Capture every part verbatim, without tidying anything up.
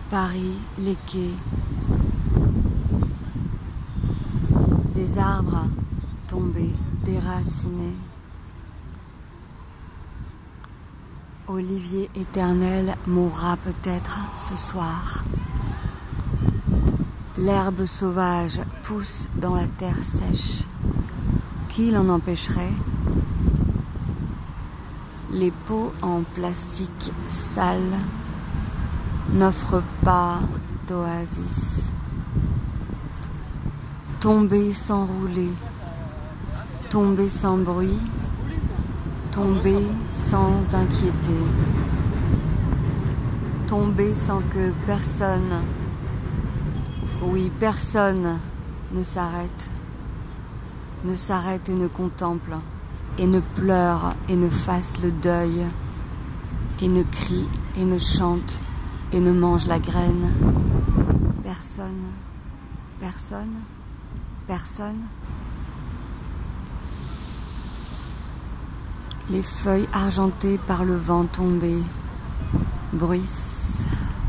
Paris, les quais, des arbres tombés, déracinés, Olivier éternel mourra peut-être ce soir. L'herbe sauvage pousse dans la terre sèche. Qui l'en empêcherait? Les pots en plastique sale n'offrent pas d'oasis. Tomber sans rouler, tomber sans bruit, tomber sans inquiéter, tomber sans que personne, oui personne ne s'arrête, ne s'arrête et ne contemple, et ne pleure et ne fasse le deuil, et ne crie et ne chante et ne mange la graine. Personne, personne, personne. Les feuilles argentées par le vent tombé bruissent.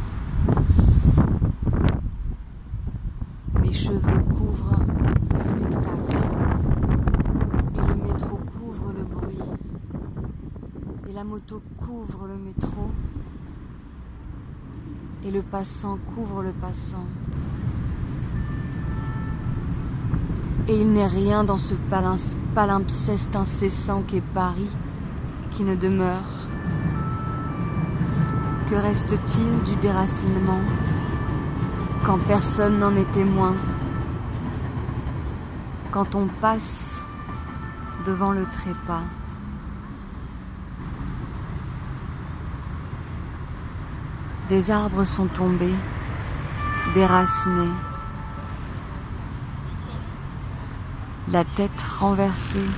Mes cheveux couvrent le spectacle. Et le métro couvre le bruit. Et la moto couvre le métro. Et le passant couvre le passant. Et il n'est rien dans ce palimpseste incessant qu'est Paris qui ne demeure. Que reste-t-il du déracinement quand personne n'en est témoin? Quand on passe devant le trépas. Des arbres sont tombés, déracinés. La tête renversée,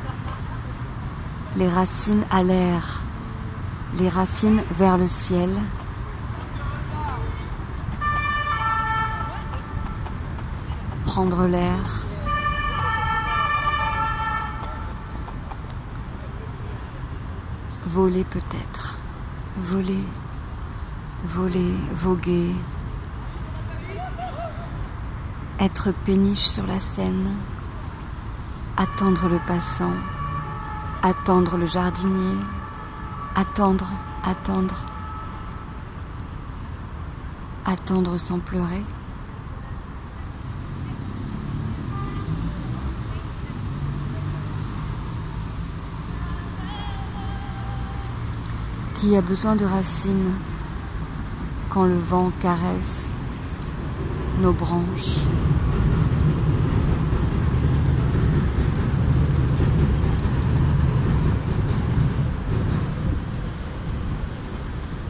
les racines à l'air, les racines vers le ciel. Prendre l'air. Voler peut-être, voler, voler, voguer. Être péniche sur la Seine. Attendre le passant, attendre le jardinier, attendre, attendre, attendre sans pleurer. Qui a besoin de racines quand le vent caresse nos branches?